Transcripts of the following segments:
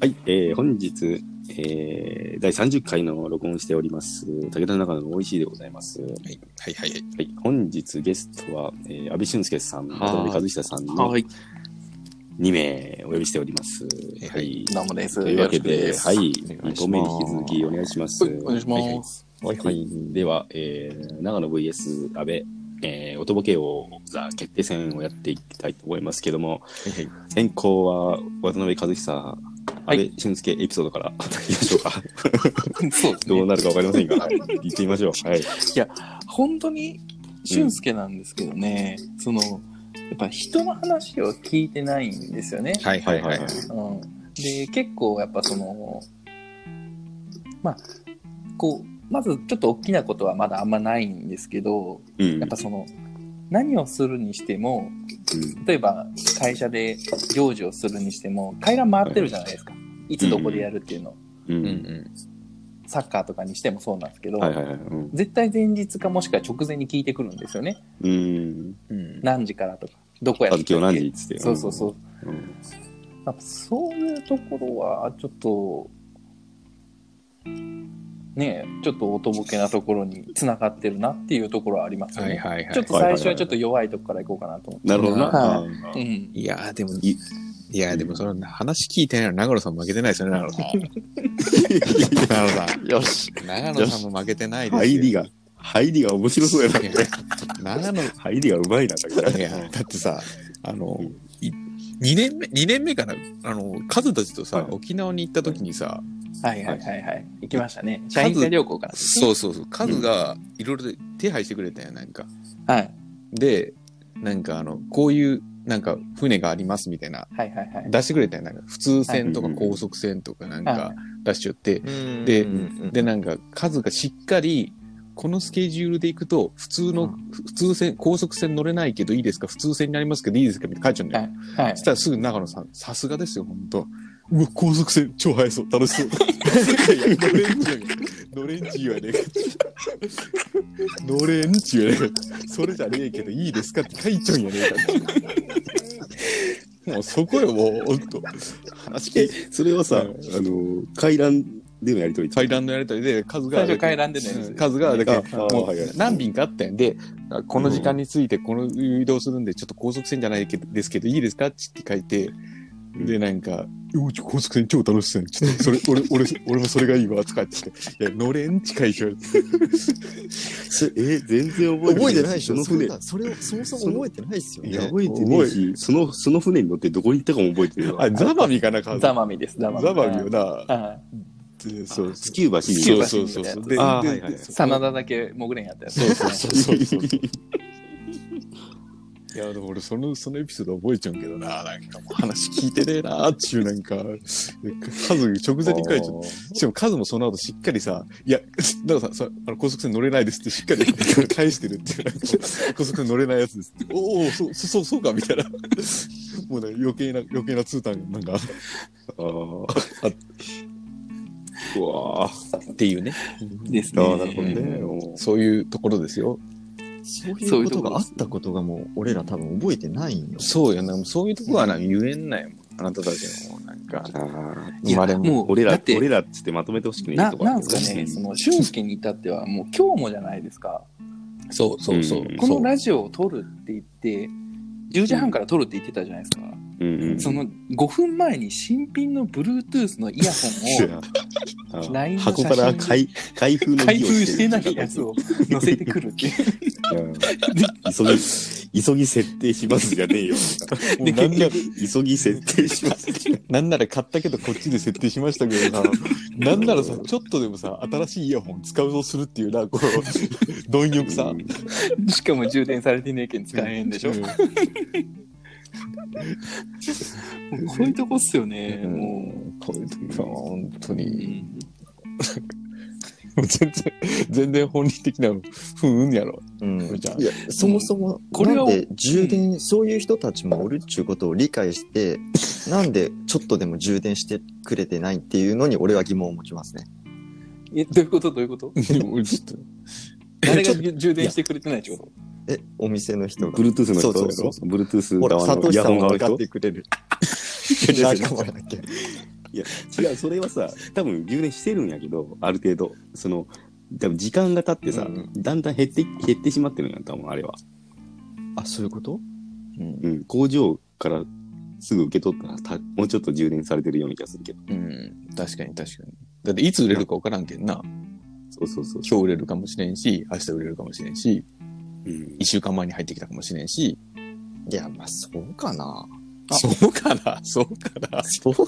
はい、本日、第30回の録音しております、武田の中の美味しいでございます。はい、 はいはいはい。 はい、本日ゲストは、阿部俊介さん、渡辺和久さんの2名お呼びしております。 はい、 どうもです。 というわけで、はい、2個目に引き続きお願いします。 お願いします。 はいはい。では、長野 VS 阿部、おとぼけ王座決定戦をやっていきたいと思いますけども、先行は渡辺和久、阿部俊介エピソードからいきましょうか。そうですね。どうなるかわかりませんが、はい、行ってみましょう。はい。いや、本当に俊介なんですけどね、やっぱ人の話を聞いてないんですよね。 はいはいはい。 で、結構やっぱまずちょっと大きなことはまだあんまないんですけど、やっぱ何をするにしても、例えば会社で行事をするにしても回覧回ってるじゃないですか、いつどこでやるっていうの、サッカーとかにしてもそうなんですけど、絶対前日かもしくは直前に聞いてくるんですよね。何時からとかどこやるって、 今日何時っつって、 そう、やっぱそういうところはちょっとね、ちょっとおとぼけなところに繋がってるなっていうところはありますよね。ちょっと最初はちょっと弱いところからいこうかなと思って。 なるほどな。 いやでもその話聞いてないの長野さん負けてないですよね、長野さん。長野さん。よし。長野さんも負けてないですよ。 入りが面白そうやな。 長野入りがうまいな。 いやだってさ、2年目かな、カズたちとさ、沖縄に行った時にさ、 行きましたね。社員会旅行から、ね。 そう。カズがいろいろ手配してくれたよ、なんか。はい。で、なんかこういう、なんか船がありますみたいな。出してくれたよ。なんか普通船とか高速船とかなんか出しちゃって。で、なんかカズがしっかり、このスケジュールで行くと、普通船、高速船乗れないけどいいですか、普通船になりますけどいいですかみたいな書いちゃうんだよ。そしたらすぐ長野さん、さすがですよ、ほんと。うわ、高速船超速そう、楽しそう。乗れんち言わねえか。乗れんち言わねえか。それじゃねえけどいいですかって書いちゃうんやねえか。もうそこよ、もう、ほんと。 話聞いて。それはさ、回覧でのやりとり。 回覧のやりとりで、数が、 最初回覧でね、 数が、だから、もう何便かあったんで、この時間についてこの移動するんで、ちょっと高速船じゃないですけど、いいですかって書いて、で、なんか、高速船超楽しそう。ちょっと、それ、俺もそれがいいわ、とかって言って、いや、乗れんちかいしょ。 全然覚えてないでしょ。それをそもそも覚えてないっすよね。 いや、覚えてないし、その船に乗ってどこに行ったかも覚えてるよ。 ザマミかな、 ザマミです、ザマミよな。 そう、スキューバシミ。 そう。 で、真田だけ潜れんやったやつ。 そう。いや、でも俺そのエピソード覚えちゃうけどな、なんかもう話聞いてねえなーっていう、なんか、カズ直前に書いちゃう。しかもカズもその後しっかりさ、いや、だからさ、高速船乗れないですってしっかり返してるっていう、高速船乗れないやつですって。おお、そうか、みたいな。もうね、余計な通単が、なんか、 うわっていうね。 ですね。 なるほどね。 そういうところですよ。 そういうことがあったことがもう俺ら多分覚えてないんよ。 そうやな、そういうとこはな、言えんないもん。あなたたちのなんか。 生まれも俺らっつってまとめてほしくないとか。 なんですかね、俊介に至ってはもう今日もじゃないですか。 そう。このラジオを撮るって言って、10時半から撮るって言ってたじゃないですか。その5分前に新品の Bluetooth のイヤホンを LINE の写真箱から開封してないやつを載せてくるっていう急ぎ設定しますじゃねえよ。で結局急ぎ設定します。 なんなら買ったけどこっちで設定しましたけどさ、なんならさちょっとでもさ新しいイヤホン使うとするっていうな、この貪欲さ。 しかも充電されてねえけん使えんでしょ。こういうとこっすよね。もうこういうとこさ本当に。全然本人的な不運やろ。 いや、そもそも、なんで充電、そういう人たちもおるっちゅうことを理解して、なんでちょっとでも充電してくれてないっていうのに俺は疑問を持ちますね。 どういうこと誰が充電してくれてないってこと？ お店の人が。 Bluetooth の人そう。 Bluetooth ほら、サトシさんも分かってくれる。仲間だっけ。 いや、違う、それはさ、多分充電してるんやけど、ある程度、多分時間が経ってさ、だんだん減ってしまってるんや、多分あれは。 あ、そういうこと？ うん。工場からすぐ受け取ったら、もうちょっと充電されてるような気がするけど。 うん。確かに。だっていつ売れるか分からんけんな。 そう。 今日売れるかもしれんし、明日売れるかもしれんし、1週間前に入ってきたかもしれんし。 いや、まあ、そうかな。 そうかなそうか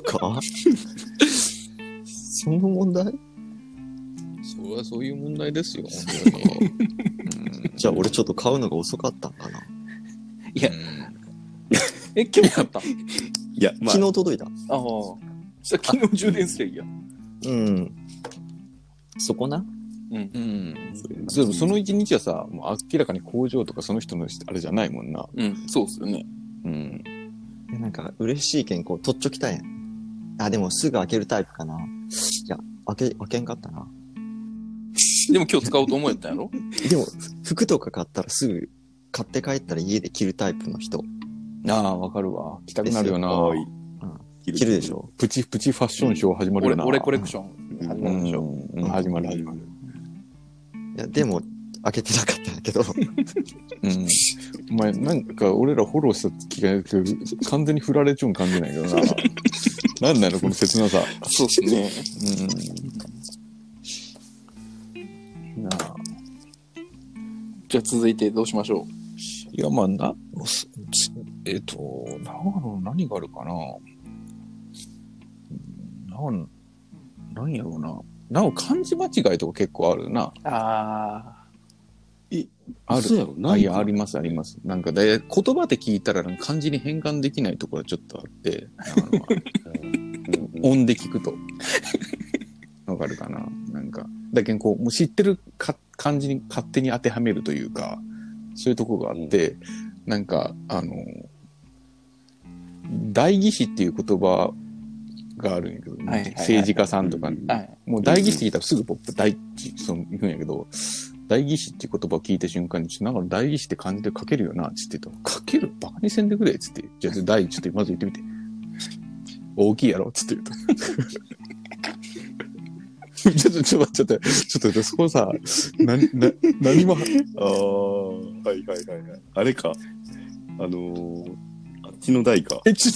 その問題？ そういう問題ですよ、本当に。 じゃあ俺ちょっと買うのが遅かったんかな。 いや、今日買った？ いや、 まあ、昨日届いた。 ああ。昨日充電すりゃいいや。 うん。そこな。 うん。 でもその一日はさ、もう明らかに工場とかその人のあれじゃないもんな。 うん、そうっすよね。 うん。 なんか嬉しいけん、こう、取っちょきたいやん。あ、でもすぐ開けるタイプかな。いや、開けんかったな。 でも今日使おうと思えたやろ？ でも、服とか買ったらすぐ、買って帰ったら家で着るタイプの人。 ああ、わかるわ。着たくなるよな。 着るでしょ。 プチファッションショー始まるよな。 俺コレクション始まるでしょ。 始まる。いや、でも、開けてなかったんだけど。 お前、なんか俺らフォローした気がするけど、完全に振られちゃうん感じないけどな。なんだろ、この切なさ。 そうっすね。 なあ。 じゃあ続いてどうしましょう？ いや、まあ、長野何があるかな。何やろうな。なお漢字間違いとか結構あるな。 ある。 そうやろないや、あります。なんか言葉で聞いたら漢字に変換できないところはちょっとあって、音で聞くと。わかるかな。なんか、だけどこう、もう知ってる漢字に勝手に当てはめるというか、そういうところがあって、なんか、代議士っていう言葉があるんやけど、政治家さんとかに、もう代議士って聞いたらすぐポップ代議士行くんやけど、代議士っていう言葉を聞いた瞬間に、なんか代議士って漢字で書けるよな、つって言うと、書けるバカにせんでくれ、つって、じゃあ代、ちょっとまず言ってみて。大きいやろ、つって言うと。ちょっと、そこさ、何も、 はい。あれか。あっちの代か。 どっ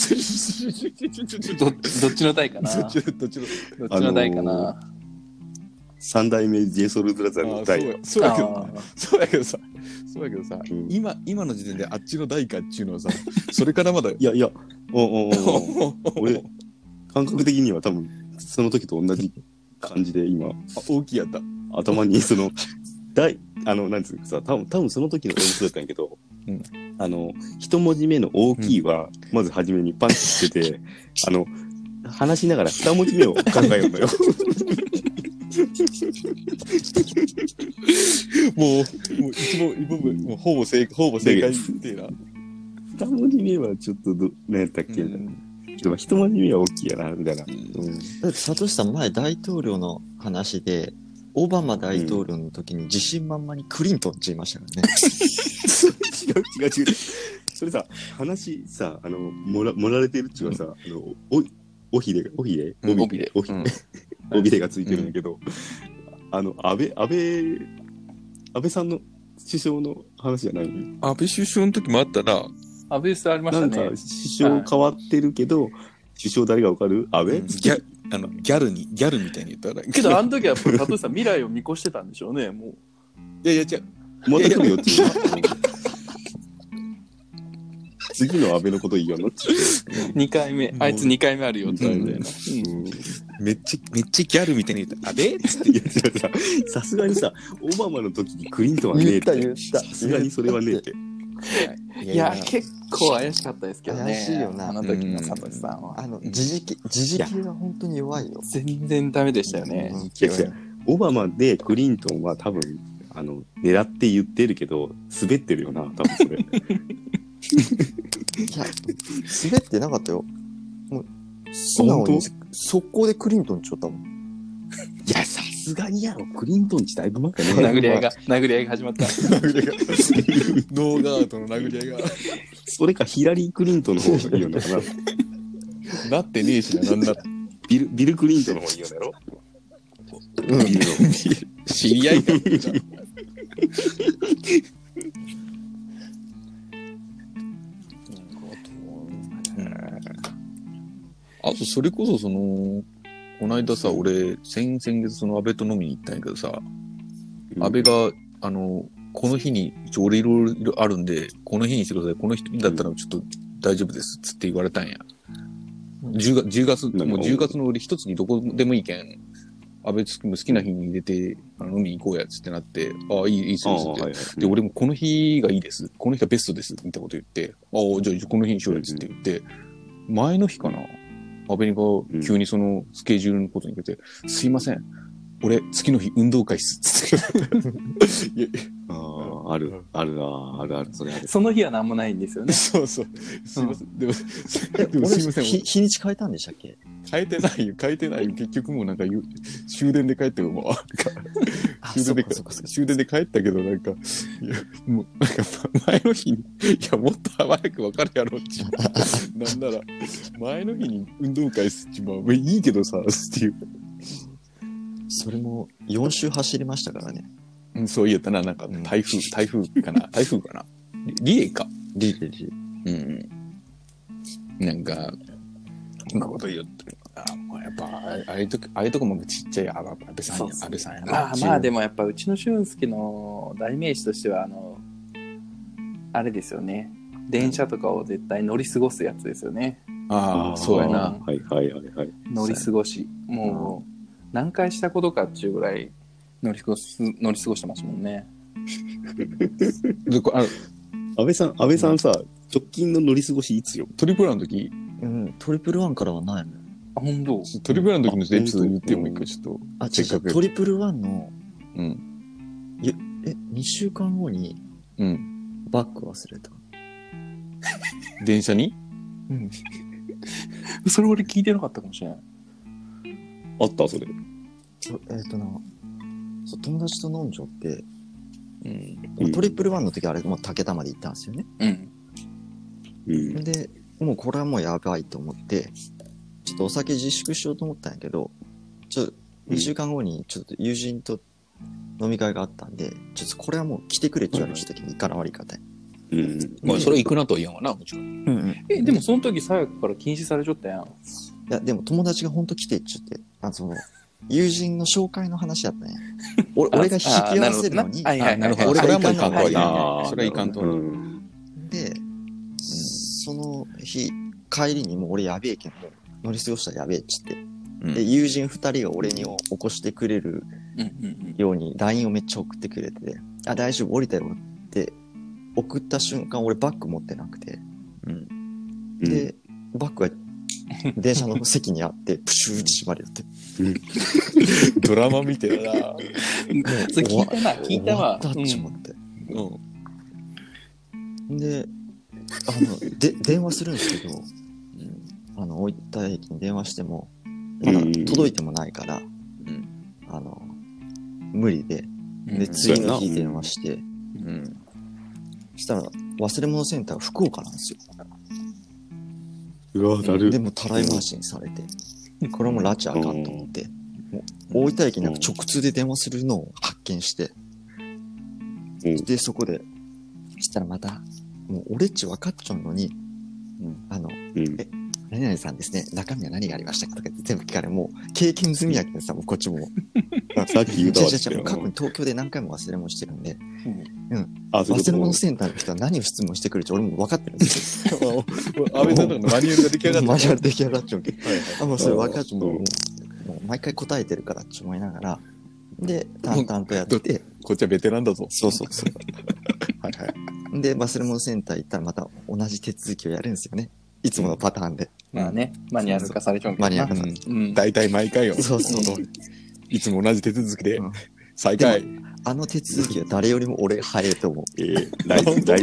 ちの代かな？どっちの代かな？ 三代目 JSOULBROTHERS の代。 そうやけどさ、今の時点であっちの代かっていうのはさ、それからまだ。 いや、俺、感覚的には多分、その時と同じ感じで今、 大きいやった。 頭になんつうかさ、多分その時の俺もそうだったんやけど、一文字目の大きいは、まず初めにパンチしてて、話しながら二文字目を考えるのよ。 もうほぼ正解っていうな。 二文字目はちょっと何やったっけな。一文字目は大きいやな、みたいな。 だって、サトシさん前大統領の話で、オバマ大統領の時に自信満々にクリントンって言いましたからね。 違う。それさ、話さ、盛られてるっちゅうかさ、尾ひれがついてるんだけど、安倍さんの首相の話じゃない？ 安倍首相の時もあったな。 安倍さんありましたね。 なんか首相変わってるけど、首相誰がわかる？安倍？ ギャルみたいに言ったら。 けどあの時は佐藤さん未来を見越してたんでしょうね。もう。 いや違う。 また来るよっていう。次の安倍のこといいよなって。 2回目。あいつ2回目あるよって言われて。 めっちゃギャルみたいに言った。安倍っつって。 いやさすがにさ、オバマの時にクリントンはねえって。さすがにそれはねえって。 いや、結構怪しかったですけどね。 怪しいよな。 あの時の佐藤さんは。 時事系は本当に弱いよ。 全然ダメでしたよね。 オバマでクリントンは多分、狙って言ってるけど、滑ってるよな、多分それ。 いや、滑ってなかったよ。もう、素直に、速攻でクリントンちょったもん。 いや、さすがにやろ、クリントンちだいぶ前かね。 殴り合いが始まった。 ノーガードの殴り合いが。 それかヒラリー・クリントンの方がいいよな。 なってねえしな、なんだ。 ビル・クリントンの方に言うのやろ。 うん。知り合いか。あと、それこそこの間さ、俺、先月その安倍と飲みに行ったんやけどさ、安倍が、この日に、俺いろいろあるんで、この日にしてください。この日だったらちょっと大丈夫です。つって言われたんや。10月、もう10月の俺一つにどこでもいいけん、安倍好きな日に入れて、飲みに行こうやつってなって、ああ、いいっすよ、つって。で、俺もこの日がいいです。この日がベストです。みたいなこと言って、ああ、じゃあこの日にしようやつって言って、前の日かな、安倍が急にそのスケジュールのことに言って、すいません。俺、次の日運動会っす。つって。 あるな、それある。 その日は何もないんですよね。 そうそう。すいません。でもすいません。日にち変えたんでしたっけ？ 変えてないよ。結局もうなんか終電で帰っても、終電で帰ったけど、なんか、いや、もうなんか前の日に、いや、もっと早く分かるやろってなんなら、前の日に運動会すっちまう。いいけどさ、っていう。 それも4周走りましたからね。 うん、そう言ったな、なんか台風かなリレーか。 リレー。 うん。なんか、そんなこと言って、もうやっぱ、ああいうとこもちっちゃい安倍さんやな。 まあでもやっぱうちの俊介の代名詞としては、あれですよね。電車とかを絶対乗り過ごすやつですよね。 ああ、そうやな。 はい。 乗り過ごし。もう、何回したことかっていうぐらい乗り過ごしてますもんね。 安倍さんさ、直近の乗り過ごしいつよ？ トリプルワンの時？ うん、トリプルワンからはないの。 あ、本当？ トリプルワンの時のエピソード言ってもいいか、ちょっと。 あ、せっかくトリプルワンの、 うん。 2週間後に、 うん。 バッグ忘れた。 電車に？ うん。 それ俺聞いてなかったかもしれない。 あったそれ。 友達と飲んじゃって、トリプルワンの時あれもう武多まで行ったんですよね。で、もうこれはもうやばいと思って、ちょっとお酒自粛しようと思ったんやけど、ちょっと2週間後にちょっと友人と飲み会があったんで、ちょっとこれはもう来てくれって言われた時に行かな悪いかたい。 まあそれ行くなとは言うわな、もちろん。 でもその時さやから禁止されちゃったやん。 いや、でも友達がほんと来てって言って、友人の紹介の話だったね。俺が引き合わせるのに、 なるほど。俺が行かんとはそれはいかんと。 で、その日、帰りにもう俺やべえけん、もう乗り過ごしたらやべえっつって。で、友人2人が俺に起こしてくれるように LINE をめっちゃ送ってくれて、あ、大丈夫、降りたよって送った瞬間、俺バッグ持ってなくて。で、バッグが電車の席にあって、プシューって閉まるよって。 ドラマ見てるな。 それ聞いたわ。 終わったっち思って。で、電話するんですけど、大分駅に電話しても、まだ届いてもないから、無理で、で、次の日電話して、そしたら、忘れ物センターが福岡なんですよ。でもたらい回しにされて、これも拉致あかんと思って、もう大分駅なんか直通で電話するのを発見して、で、そこで、したらまた、もう俺っち分かっちゃうのに、何々さんですね、中身は何がありましたかとかって全部聞かれ、もう経験済みやけんさ、もうこっちも。 さっき言うたわ。 過去に東京で何回も忘れ物してるんで、忘れ物センターの人は何を質問してくるって俺も分かってるんですよ。 安倍さんのマニュアルが出来上がってマニュアル出来上がっちゃうけど。もうそれ分かっちゃう。もう毎回答えてるからって思いながら、で、淡々とやって。 こっちはベテランだぞ。 そう。で、忘れ物センター行ったらまた同じ手続きをやるんですよね。いつものパターンで。 まあね、マニュアル化されちゃうけど。 マニュアル化。 大体毎回よ。 そう。 いつも同じ手続きで、再開。 あの手続きは誰よりも俺早いと思う。 大豆だよ。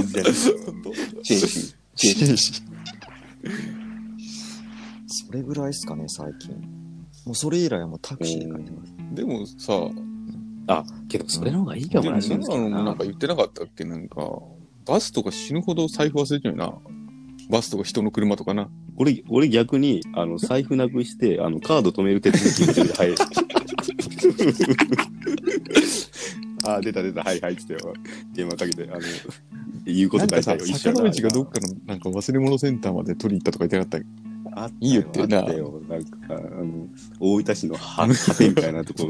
それぐらいですかね、最近。もうそれ以来はもうタクシーで帰ってます。 でもさ、 けどそれの方がいいかもしれない。 なんか言ってなかったっけ、なんか、バスとか死ぬほど財布忘れちゃうよな。 バスとか人の車とかな。 俺逆に、財布なくして、カード止める手続きで入る。あ、出た。はいはい、つってよ。電話かけて、言うこと大体よ。坂道がどっかの、なんか忘れ物センターまで取り行ったとか言ってなかった。いいよってな。 あったよ。なんか、大分市の果てみたいなところ、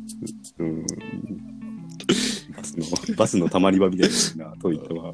バスのたまり場みたいなトイレは。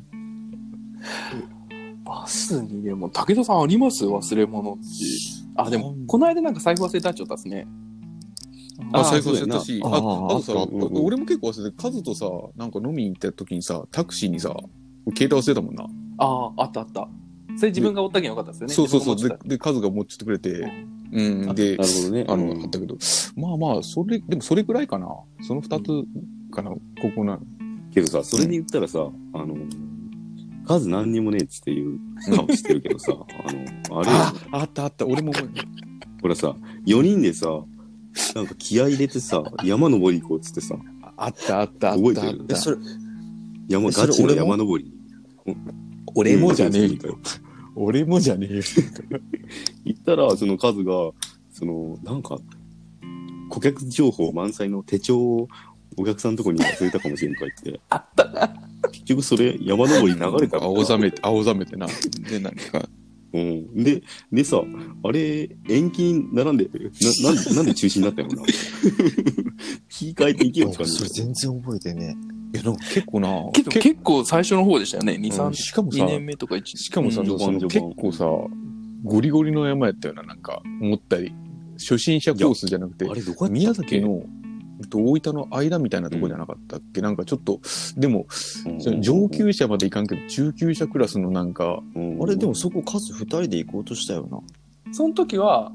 バスにでも、武田さんあります忘れ物って。あ、でも、この間なんか財布忘れたっちゃったっすね。 財布忘れたし、あとさ、俺も結構忘れて、カズとさ、なんか飲みに行った時にさ、タクシーにさ、携帯忘れたもんな。 あった。それ自分がおったけんよかったですよね。 そう。で、カズが持っててくれて、で、 なるほどね。 あったけど、まあ、でもそれぐらいかな。その二つかな、ここな。 けどさ、それで言ったらさ、数何にもねえっつっていう顔してるけどさ、あれ。 あった。俺も。 ほらさ、4人でさ、なんか気合い入れてさ、山登り行こうっつってさ。 あった。 覚えてる？ それ、 ガチの山登り。 俺もじゃねえよ。俺もじゃねえよ。 言ったら、その数が、なんか、顧客情報満載の手帳をお客さんのとこに忘れたかもしれんとか言って。 あったな。 結局それ、山登り流れた青ざめてな。で、なんか。 でさ、あれ、延期に並んで、なんで中止になったのな。切り替えていけよって感じ。 それ全然覚えてね。 いや、なんか結構な。 結構最初の方でしたよね。2、3、 しかもさ、 2年目とか1年。 しかもさ、結構さ、ゴリゴリの山やったよな、なんか、思ったり。初心者コースじゃなくて、 あれどこやったっけ？ 宮崎の、大分の間みたいなとこじゃなかったっけ、なんかちょっと、でも、上級者までいかんけど、中級者クラスのなんか、 あれでもそこ数2人で行こうとしたよな。 その時は、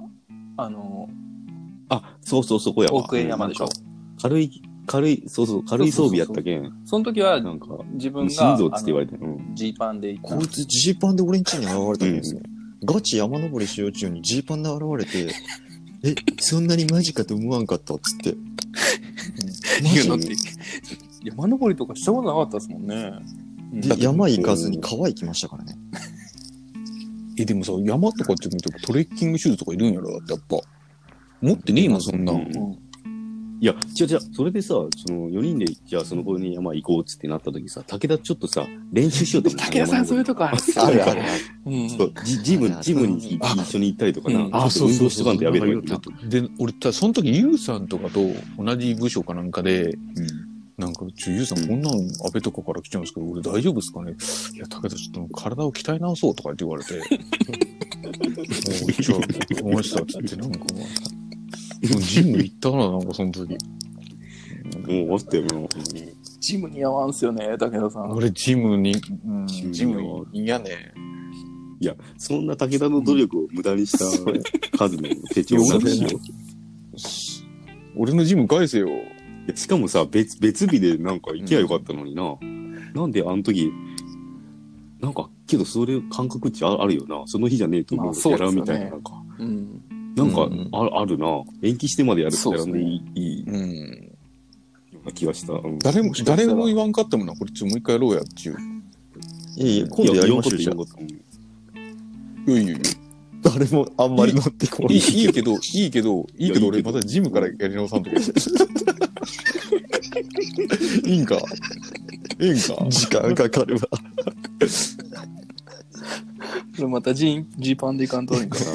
そうそこやわ。 奥江山でしょ。 軽い装備やったけん。 その時は、 なんか、 自分が、 心臓つって言われて、 ジーパンで行った。 こいつジーパンで俺ん家に現れたんですね。ガチ山登りしよう中にジーパンで現れて、そんなにマジかと思わんかったっつって。 山登りとかしたことなかったですもんね。 で、山行かずに川行きましたからね。 でもさ、山とかってトレッキングシューズとかいるんやろ？だってやっぱ。持ってねえもん、そんな。 いや、違う。それでさ、その4人で、じゃあその子に山行こうっつってなった時さ、武田ちょっとさ、練習しようと思って。 武田さんそういうとこある。 ある。 そう、ジムに一緒に行ったりとかな。そう。運動しとかんとやべえとか言って。 で、俺、その時、ユウさんとかと同じ部署かなんかで、なんか、ユウさんこんなん安倍とかから来ちゃうんですけど、俺大丈夫ですかね？いや、武田ちょっと体を鍛え直そうとかって言われて、もう一応、おましたって言って、なんか、ジム行ったな、なんかその時。 もう待ってよ、 ジムに合わんすよね、武田さん。 俺、ジム嫌ね。 いや、そんな武田の努力を無駄にした数の手帳を出しよ。 俺のジム返せよ。 しかもさ、別日でなんか行きゃよかったのにな。なんであの時、なんか、けどそれ感覚値あるよな。その日じゃねえと思う。やらんみたいな、なんか。なんか、あるな。延期してまでやるってやらんでいい。ような気がした。 誰も言わんかったもんな。これもう一回やろうやっていう。 いや、今度やりましょうじゃん。 いや。 誰もあんまり乗ってこない。 いいけど、俺またジムからやり直さんとき。いいんか時間かかるわ。 これまたジーパンでいかんとるんかな。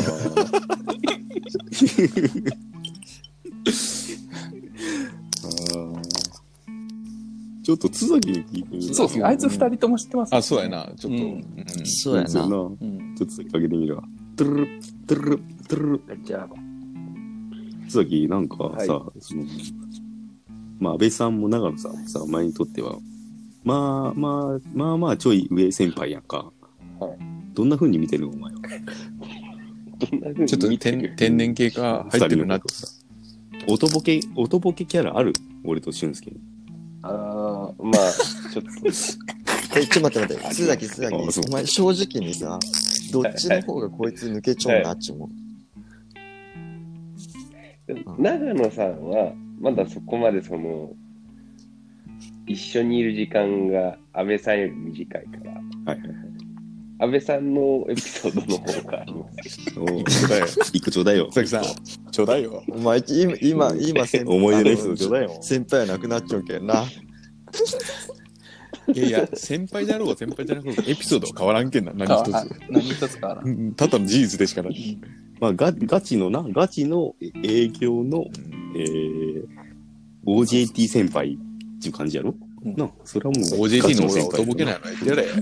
ちょっと津崎に聞いて。 そうですね。あいつ2人とも知ってます、 あ、そうやな。ちょっと。 そうやな。ちょっと津崎かけてみるわ。トゥルル、トゥルル、トゥルル。 じゃあ。 津崎、なんかさ、まあ、安倍さんも長野さんもさ、前にとっては、まあ、ちょい上先輩やんか。はい。どんな風に見てるのお前は。 ちょっと天然系が入ってるなってさ。 音ボケキャラある？俺と俊介に。 まあ、ちょっと。 ちょっと待って。須崎。お前正直にさ、どっちの方がこいつ抜けちゃうなっち思う。 長野さんは、まだそこまで一緒にいる時間が安倍さんより短いから。 安倍さんのエピソードの方があります。 おいくちょうだいよ。 佐々木さん、ちょうだいよ。 お前、今思い出のエピソードちょうだいよ。 先輩はなくなっちゃうけんな。 いや、先輩だろうが先輩じゃなくて、エピソードは変わらんけんな、何一つ。 何一つ変わらん。 ただの事実でしかない。 まあ、ガチの営業の、OJT 先輩っていう感じやろ、な、それはもう。 OJT の俺はとぼけないの言ってやれ。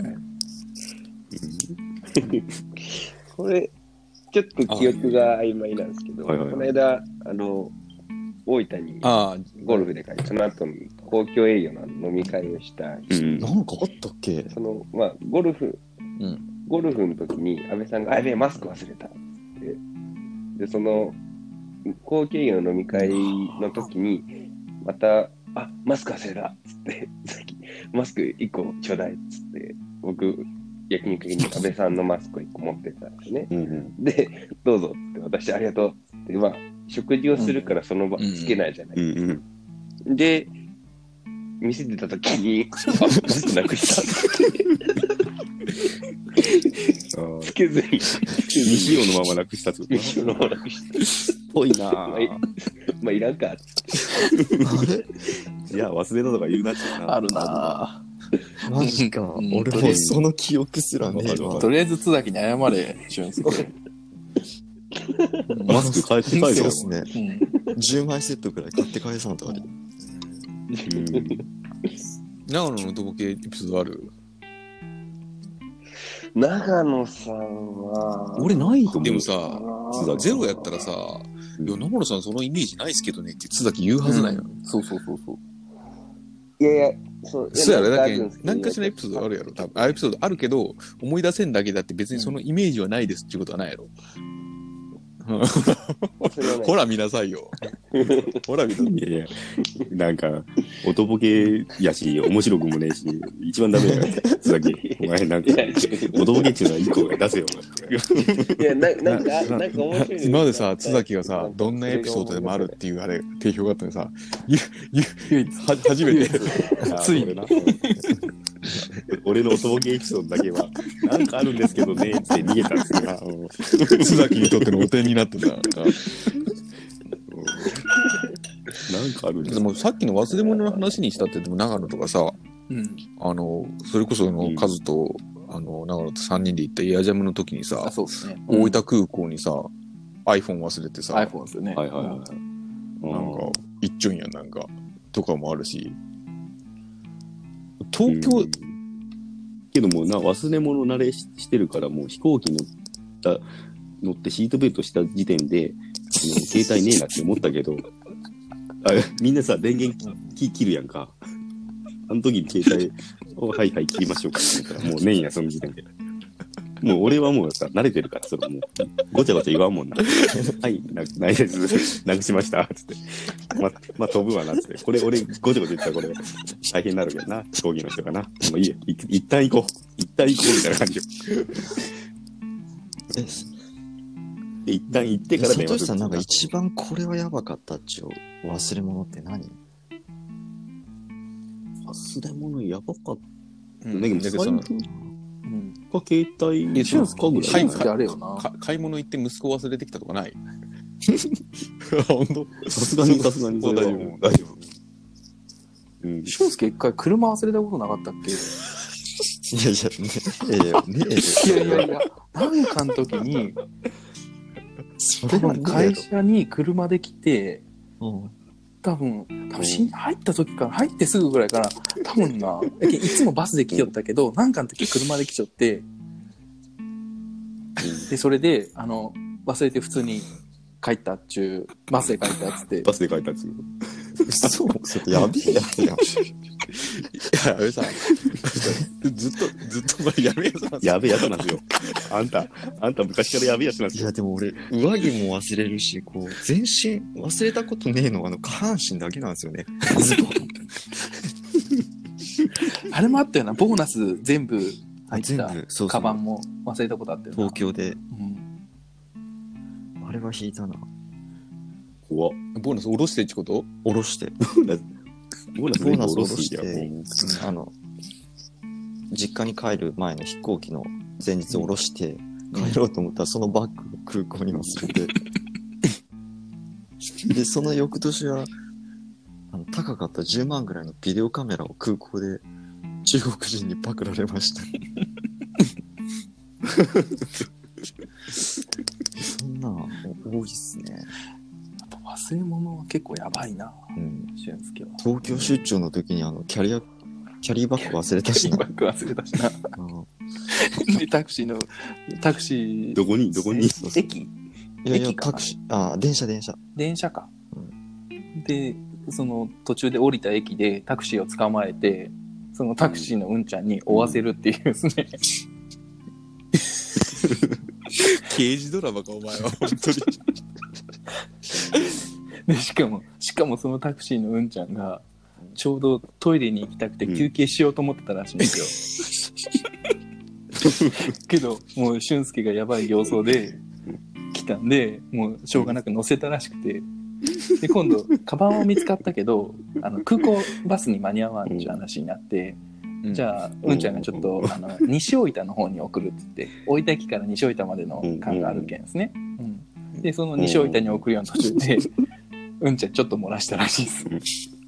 これ、ちょっと記憶が曖昧なんですけど、この間、大分にゴルフで帰って、その後に公共営業の飲み会をした。 なんかあったっけ？ まあ、ゴルフの時に安倍さんが、やべえ、マスク忘れたって。で、その、公共営業の飲み会の時に、また、マスク忘れたっつって、さっき、マスク1個ちょうだいっつって、僕、焼肉に安倍さんのマスクを1個持ってったんですね。で、どうぞって私ありがとうって、まあ、食事をするからその場つけないじゃないですか。で、店出た時に、マスクなくしたってつけずに。 未使用のままなくしたってこと？ 未使用のままなくした。 ぽいなぁ。 まあ、いらんかっつって。いや、忘れたとか言うなっちゃうな。 あるなぁ。マジか。俺もその記憶すらねえわ。 とりあえず津崎に謝れ、俊介。 マスク変えて帰るよ。 そうですね。10枚セットくらい買って返さんとあれ。 長野のどこ系エピソードある？ 長野さんは俺ないと思う。 でもさ、ゼロやったらさ、いや、長野さんそのイメージないっすけどねって津崎言うはずないよ。 そう。 いや、そうやろ、だけど、何かしらエピソードあるやろ。多分エピソードあるけど、思い出せんだけだって別にそのイメージはないですっていうことはないやろ。ほら見なさいよ。ほら見なさい。 いや、なんか、音ボケやし、面白くもねえし、一番ダメだよ、津崎。お前なんか、音ボケっていうのは一個出せよ。 いや、なんか面白い。 今までさ、津崎がさ、どんなエピソードでもあるっていうあれ、定評があったのにさ、初めて、 ついに。 俺の音ボケエピソードだけは、なんかあるんですけどね、って逃げたんですよ。 津崎にとってのお点になってた。なんかあるんです。 でもさっきの忘れ物の話にしたって、でも長野とかさ、それこそカズと、長野と3人で行ったエアジャムの時にさ、 そうですね。 大分空港にさ、iPhone 忘れてさ、 iPhone ですよね。 はい。 なんか、行っちょんやん、なんか、とかもあるし、東京、 けども忘れ物慣れしてるからもう飛行機乗ってシートベルトした時点で携帯ねえなって思ったけどみんなさ電源切るやんか。あの時に携帯はい切りましょうかって言ったらもうねえやその時点で。もう俺はもうさ慣れてるからそれもうごちゃごちゃ言わんもんな。はいないですなくしましたつってまあ飛ぶわなつってこれ俺ごちゃごちゃ言ったらこれ大変になるけどな飛行機の人がなもういいよ一旦行こうみたいな感じよ。で一旦行ってから電話する。 佐藤さんなんか一番これはやばかったっちゅう忘れ物って何？ 忘れ物やばかった。だけど財布か携帯でしょかぐらいあれよな。 買い物行って息子忘れてきたとかない？本当？ さすがに大丈夫。 俊介一回車忘れたことなかったっけ？ いや、 なんかの時に多分会社に車で来て、多分入った時から入ってすぐぐらいから多分いつもバスで来よったけど、なんかの時車で来ちゃって、でそれで忘れて普通に帰ったっちゅう、バスで帰ったっつって。 バスで帰ったっつう。 そうやべえやつや。 いや、あれさ、ずっとやべえやつなんですよ。 やべえやつなんですよ。あんた昔からやべえやつなんですよ。 いや、でも俺、上着も忘れるし、全身忘れたことねえの下半身だけなんですよね。 あれもあったよな、ボーナス全部入ったカバンも忘れたことあったよな。 東京で。あれは引いたな。 怖っ。 ボーナス下ろしてってこと下ろして。ボーナス下ろして、実家に帰る前の飛行機の前日降ろして帰ろうと思ったらそのバッグを空港に忘れてでその翌年は高かった10万ぐらいのビデオカメラを空港で中国人にパクられましたそんな多いっすね。 忘れ物は結構やばいな、俊介は。 東京出張の時にキャリーバッグ忘れたしな。 キャリーバッグ忘れたしな。でタクシーどこに駅？ いやタクシー電車か。 でその途中で降りた駅でタクシーを捕まえてそのタクシーのうんちゃんに追わせるっていうですね。 刑事ドラマかお前は本当に。 でしかもそのタクシーのうんちゃんがちょうどトイレに行きたくて休憩しようと思ってたらしいんですよ、けどもう俊介がやばい形相で来たんでもうしょうがなく乗せたらしくて、で今度カバンは見つかったけど空港バスに間に合わんっていう話になって、じゃあうんちゃんがちょっと西大分の方に送るって言って大分駅から西大分までの間があるけんですね、でその西大分に送るような途中でうんちゃんちょっと漏らしたらしいです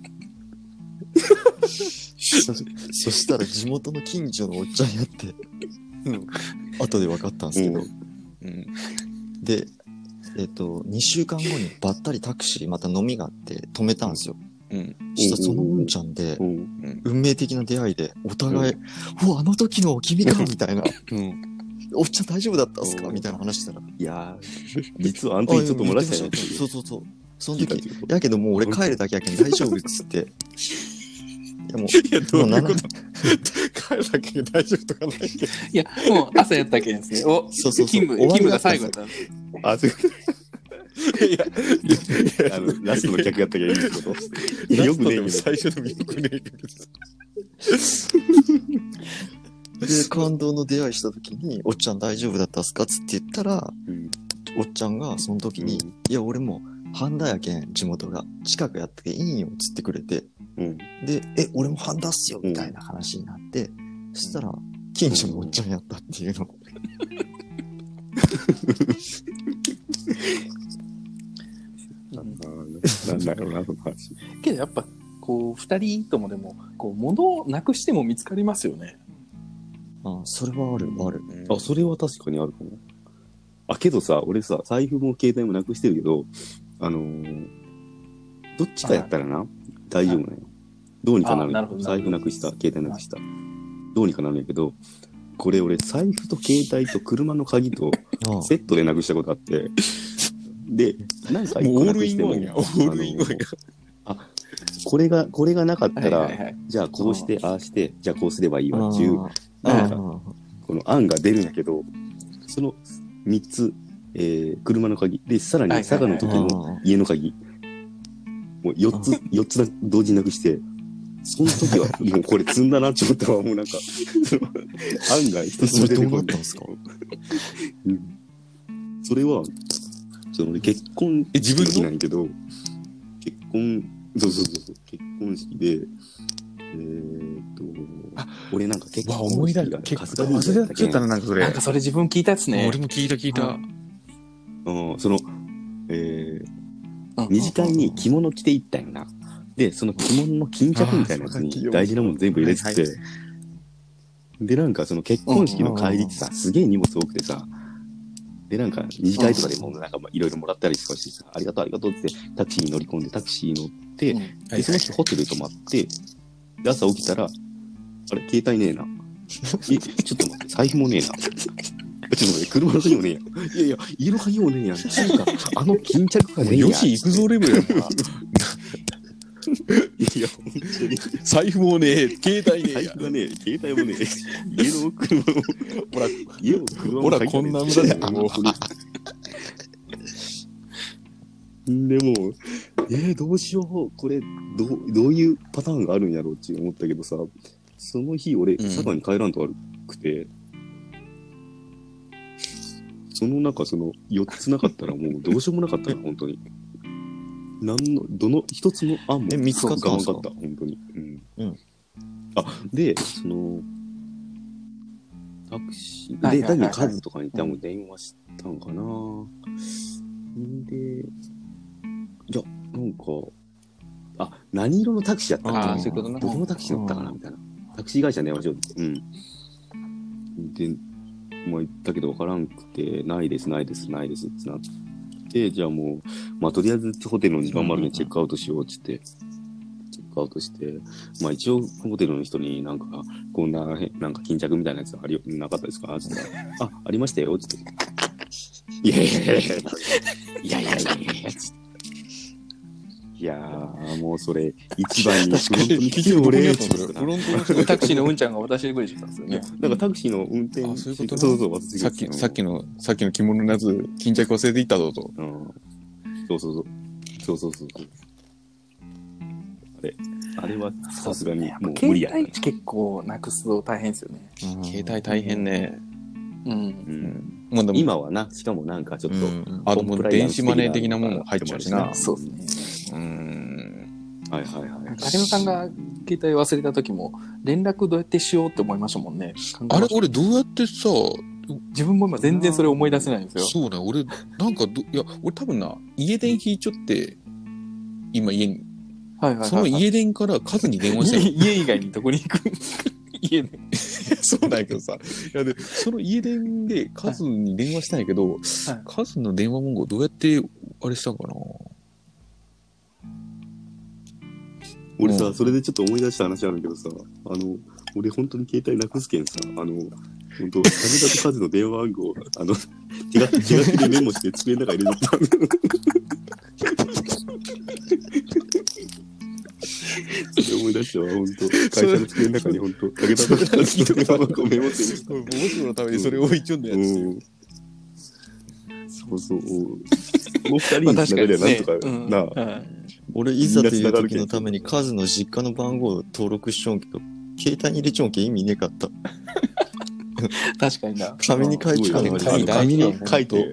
そしたら地元の近所のおっちゃんやって、後で分かったんですけど、で2週間後にばったりタクシーまた飲みがあって止めたんですよ、したらそのうんちゃんで、運命的な出会いでお互い、あの時の君かみたいな、おっちゃん大丈夫だったんすかみたいな話したら、 いや実はあの時ちょっと漏らしたよ。 そうその時やけどもう俺帰るだけやけん大丈夫っつってどういうこと帰るだけで大丈夫とかないけど。 いやもう朝やったけんですね。そう勤務が最後だった。 あ、そういやラストの客やったけどいいってこと。いやよくねえけど最初でもよくねえけど。 で感動の出会いした時におっちゃん大丈夫だったっすかっつって言ったら、おっちゃんがその時に、いや俺も半田やけん地元が近くやったけんいいよっつってくれて、で俺も半田っすよみたいな話になって、そしたら近所のおっちゃんやったっていうの。 なんだろうなその話。 けどやっぱこう2人ともでもこう物をなくしても見つかりますよね。 それはある。 それは確かにあるかも。けどさ、俺さ、財布も携帯もなくしてるけど、どっちかやったらな、大丈夫なのよ。どうにかなる。財布なくした、携帯なくした。どうにかなるんやけど、これ俺、財布と携帯と車の鍵とセットでなくしたことあって、で、なんか一個なくしても、これがなかったら、じゃあこうして、ああして、じゃあこうすればいいわっていう、なんか、この案が出るんやけど、その3つ、車の鍵、で、さらに佐賀の時の家の鍵、もう4つ同時になくして、その時はもうこれ積んだなって思ったわ、もうなんか、案外一つも出てこない。それは、結婚自分のなんやけど、結婚式で、俺なんか結婚思い出した。結構忘れちゃったな、なんかそれ。 なんかそれ自分聞いたやつね。 俺も聞いた。 二次会に着物着て行ったんよな。で、その着物の巾着みたいなやつに大事なもの全部入れてて、で、なんかその結婚式の帰りってさ、すげえ荷物多くてさ、で、なんか二次会とかでもなんかいろいろもらったりとかしてさ、ありがとうってタクシーに乗り込んでタクシー乗って、で、その日ホテル泊まって、で、朝起きたら、あれ、携帯ねえな。ちょっと待って、財布もねえな。ちょっと待って、車の鍵もねえや。いや、家の鍵もねえやん。つうか、巾着がねえやん。 よし、行くぞレベルやもんな。 いや、本当に。 財布もねえ、携帯ねえ。 財布がねえ、携帯もねえ。家の車も、家の車も。 ほら、こんな村で。 でも、どうしよう。これ、どういうパターンがあるんやろうって思ったけどさ、その日俺、佐賀に帰らんと悪くて、その中、4つなかったらもうどうしようもなかったよ、本当に。どの一つの案も見つかったんですか？ 本当に。で、 タクシー、で、だけど数とかに多分電話したんかな。で、いや、なんか、何色のタクシーやったっけ？ そういうことな。 どこのタクシー乗ったかなみたいな。タクシー会社に電話しようって。うん。で、もう言ったけど分からんくて、ないですってなって、じゃあもう、とりあえずホテルの時間までにチェックアウトしようって言って、チェックアウトして、一応ホテルの人になんか、こんな、なんか巾着みたいなやつなかったですかって言ったら、ありましたよって言って。いや、いやー、もうそれ、一番にフロントに来て俺、フロントのタクシーのうんちゃんが渡してくれてたんですよね。 だからタクシーの運転、 そういうこと。 そうさっきの着物のやつ、巾着忘れていったぞと。 うん。そう。あれはさすがにもう無理や。 携帯値結構なくすと大変ですよね。 携帯大変ね。 今はな、しかもなんかちょっと、 電子マネー的なものも入っちゃうしな。 そうですね。 はい。 竹野さんが携帯忘れた時も、連絡どうやってしようって思いましたもんね。 あれ、俺どうやってさ、 自分も今全然それ思い出せないんですよ。 そうね、俺、なんか俺多分な、家電引いちゃって、今家に。その家電から数に電話して家以外にどこに行く家電。 そうだけどさ。いやで、その家電で数に電話したんやけど、数の電話番号どうやってあれしたんかな。 俺さ、それでちょっと思い出した話あるけどさ、俺本当に携帯なくすけんさ、本当、武田と数の電話番号、手書きでメモして机の中入れとった。それ思い出したわ、本当。会社の机の中に本当、武田と数の電話番号メモってる。 ボスのためにそれを置いちょんだやつ。 そう。もう二人につながりゃなんとかな。 俺、いざという時のために数の実家の番号を登録しちょんけど、携帯に入れちょんけ意味ねかった。 確かにな。 紙に書いて紙に書いて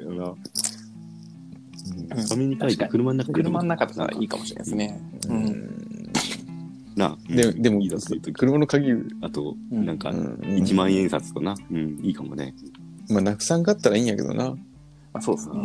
紙に書いて車の中とかいいかもしれないですね。 でも車の鍵、 あとなんか1万円札とな、いいかもね。 なくさんかったらいいんやけどな。 そうですね。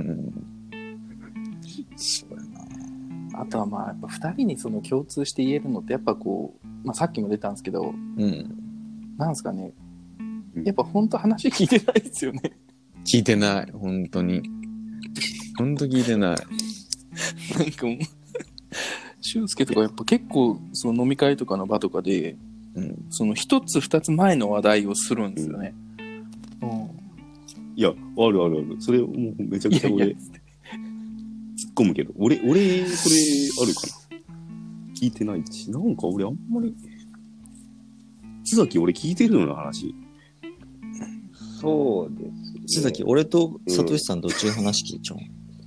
そうやな。あとはやっぱ2人にその共通して言えるのってやっぱこう、さっきも出たんですけど、なんですかね。やっぱ本当話聞いてないですよね。 聞いてない、本当に。本当聞いてない。 なんかもう、俊介とかやっぱ結構その飲み会とかの場とかで、その一つ二つ前の話題をするんですよね。 いや、ある。それもうめちゃくちゃ俺、突っ込むけど、俺、それあるかな。聞いてないし、なんか俺あんまり、津崎俺聞いてるような話。 そうですね。 津崎、俺とサトシさんどっちが話聞いちゃう？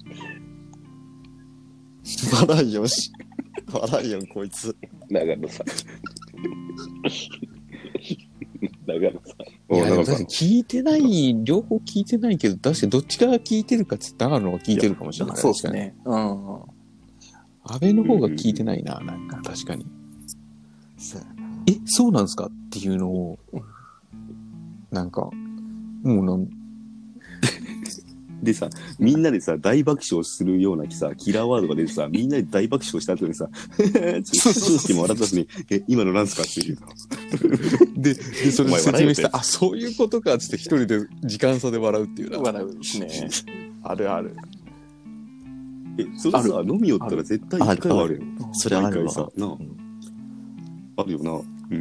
笑いよし。笑いよん、こいつ。 長野さん。 いや、でも確かに聞いてない、両方聞いてないけど、確かにどっちが聞いてるかって長野が聞いてるかもしれない。 そうですね。 安倍の方が聞いてないな、なんか確かに。そうなんですかっていうのを、なんか、もうでさ、みんなでさ、大爆笑するようなさ、キラーワードが出てさ、みんなで大爆笑した後にさ、正直も笑った後に、今のなんすかっていうの。 で、それ説明した、そういうことかっつって一人で時間差で笑うっていうな。 笑うですね。 ある。 それさ、飲みよったら絶対一回はあるよ。 それあるわ。 あるよな。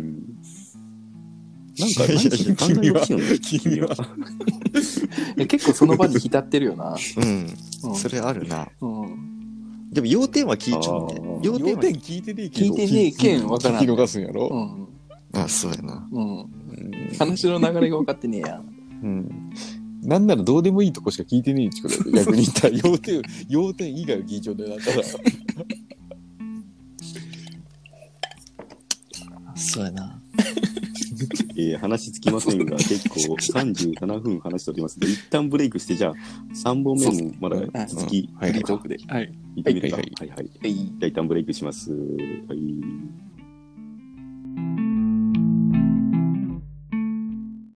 なんか君は結構その場に浸ってるよな。 それあるな。でも要点は聞いちゃうね。 要点聞いてねえけど。 聞いてねえけんわからん。 聞き逃すんやろ。 そうやな。 話の流れが分かってねえや。 なんならどうでもいいとこしか聞いてねえちくらい逆に言ったら要点以外を聞いちゃうんだよなったら。 そうやな。 話つきませんが、結構37分話しておりますので、一旦ブレイクして、じゃあ3本目もまだ続き、 フリートークで。 行ってみるか。はい。じゃあ一旦ブレイクします。はい。